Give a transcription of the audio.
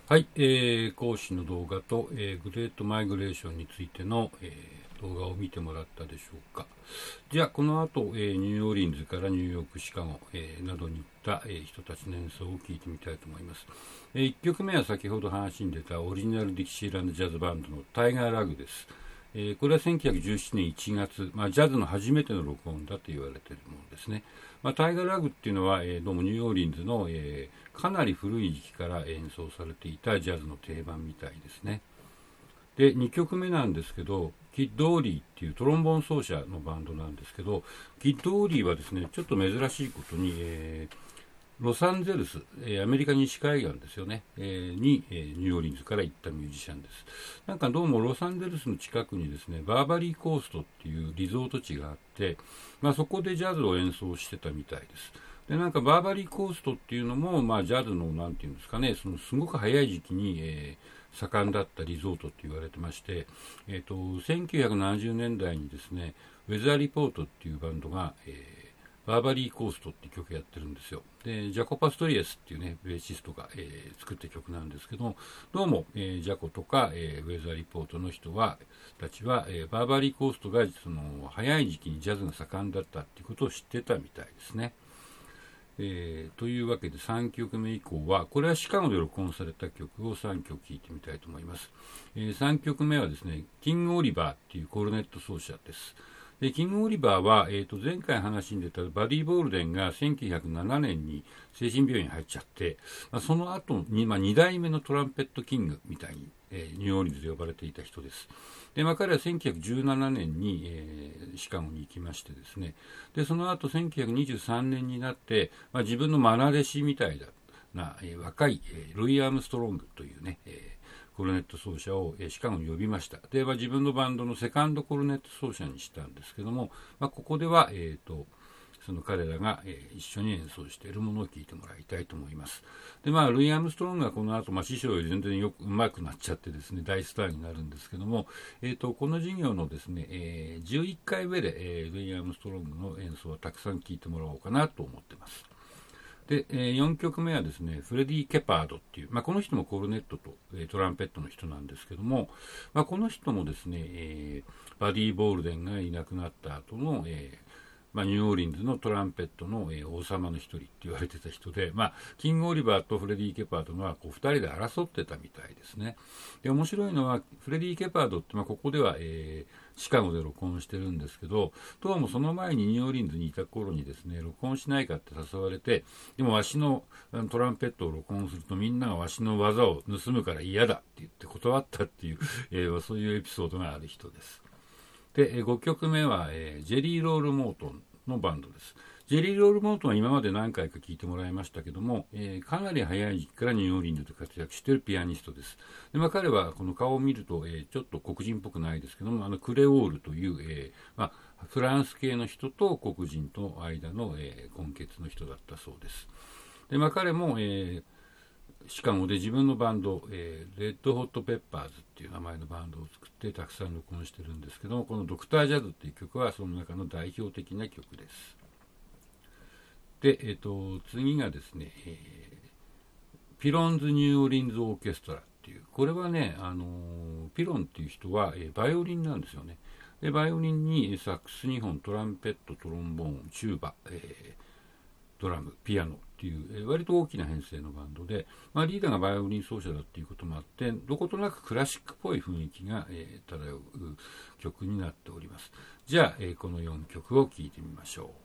はい、講師の動画と、グレートマイグレーションについての、動画を見てもらったでしょうか。じゃあこの後、ニューオーリンズからニューヨーク、シカゴ、などに行った、人たちの演奏を聴いてみたいと思います。1曲目は先ほど話に出たオリジナルディキシーランドジャズバンドのタイガーラグです。これは1917年1月、ジャズの初めての録音だと言われているものですね。タイガーラグっていうのは、どうもニューオーリンズの、かなり古い時期から演奏されていたジャズの定番みたいですね。で、2曲目なんですけど、キッド・オーリーっていうトロンボーン奏者のバンドなんですけど、キッド・オーリーはですね、ちょっと珍しいことに、ロサンゼルス、アメリカ西海岸ですよね、に、ニューオーリンズから行ったミュージシャンです。なんかどうもロサンゼルスの近くにですね、バーバリーコーストっていうリゾート地があって、そこでジャズを演奏してたみたいです。で、なんかバーバリーコーストっていうのも、ジャズのなんていうんですかね、そのすごく早い時期に、盛んだったリゾートって言われてまして、1970年代にですね、ウェザーリポートっていうバンドが、バーバリーコーストっていう曲やってるんですよ。で、ジャコ・パストリエスっていうね、ベーシストが、作った曲なんですけど、どうも、ジャコとか、ウェザーリポートの人たちは、バーバリーコーストがその早い時期にジャズが盛んだったっていうことを知ってたみたいですね。というわけで3曲目以降は、これはシカゴで録音された曲を3曲聴いてみたいと思います。3曲目はですね、キング・オリバーっていうコルネット奏者です。でキング・オリバーは、前回話に出たバディ・ボールデンが1907年に精神病院に入っちゃって、その後に、2代目のトランペットキングみたいに、ニューオーリンズで呼ばれていた人です。で、彼は1917年に、シカゴに行きましてですね、でその後1923年になって、自分の愛弟子みたいな、若い、ルイ・アームストロングというね、コルネット奏者を、シカゴに呼びました。で、自分のバンドのセカンドコルネット奏者にしたんですけども、ここでは、その彼らが、一緒に演奏しているものを聴いてもらいたいと思います。で、ルイ・アームストロングがこの後、師匠より全然よく上手くなっちゃってですね、大スターになるんですけども、この授業のですね、11回目で、ルイ・アームストロングの演奏をたくさん聴いてもらおうかなと思ってます。で、4曲目はですね、フレディ・ケパードっていう、この人もコルネットと、トランペットの人なんですけども、この人もですね、バディ・ボールデンがいなくなった後の、ニューオーリンズのトランペットの、王様の一人って言われてた人で、キング・オリバーとフレディ・ケパードが2人で争ってたみたいですね。で、面白いのは、フレディ・ケパードって、ここでは、シカゴで録音してるんですけど、どうもその前にニューオーリンズにいた頃にですね、録音しないかって誘われて、でもわしのトランペットを録音するとみんながわしの技を盗むから嫌だって言って断ったっていう、そういうエピソードがある人です。で、5曲目は、ジェリー・ロール・モートンのバンドです。ジェリー・ロール・モートンは今まで何回か聴いてもらいましたけども、かなり早い時期からニューオーリンズで活躍しているピアニストです。で、彼はこの顔を見ると、ちょっと黒人っぽくないですけども、クレオールという、フランス系の人と黒人との間の、混血の人だったそうです。で、彼も、シカゴで自分のバンド、レッドホットペッパーズっていう名前のバンドを作ってたくさん録音してるんですけども、このドクタージャズっていう曲はその中の代表的な曲です。で、次がですね、ピロンズ・ニューオーリンズ・オーケストラっていう、これはね、ピロンっていう人は、バイオリンなんですよね。で、バイオリンにサックス2本、トランペット、トロンボーン、チューバ、ドラム、ピアノっていう、割と大きな編成のバンドで、リーダーがバイオリン奏者だっていうこともあって、どことなくクラシックっぽい雰囲気が、漂う曲になっております。じゃあ、この4曲を聴いてみましょう。